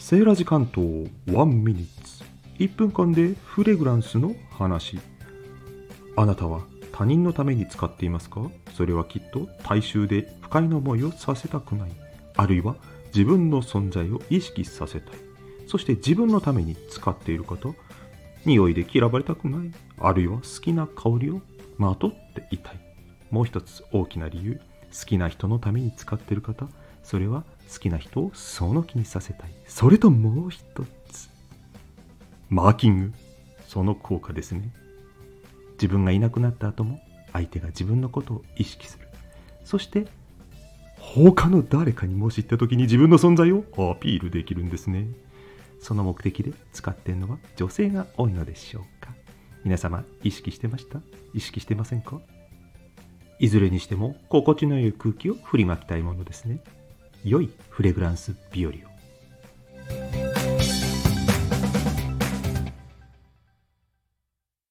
セーラジ関東1ミニッツ1分間でフレグランスの話。あなたは他人のために使っていますか？それはきっと大衆で不快な思いをさせたくない、あるいは自分の存在を意識させたい、そして自分のために使っている方、匂いで嫌われたくない、あるいは好きな香りをまとっていたい。もう一つ大きな理由、好きな人のために使っている方、それは好きな人をその気にさせたい。それともう一つ、マーキング、その効果ですね。自分がいなくなった後も相手が自分のことを意識する。そして他の誰かにもし言った時に自分の存在をアピールできるんですね。その目的で使っているのは女性が多いのでしょうか。皆様意識してました？意識してませんか？いずれにしても心地の良い空気を振りまきたいものですね。良いフレグランス日和を。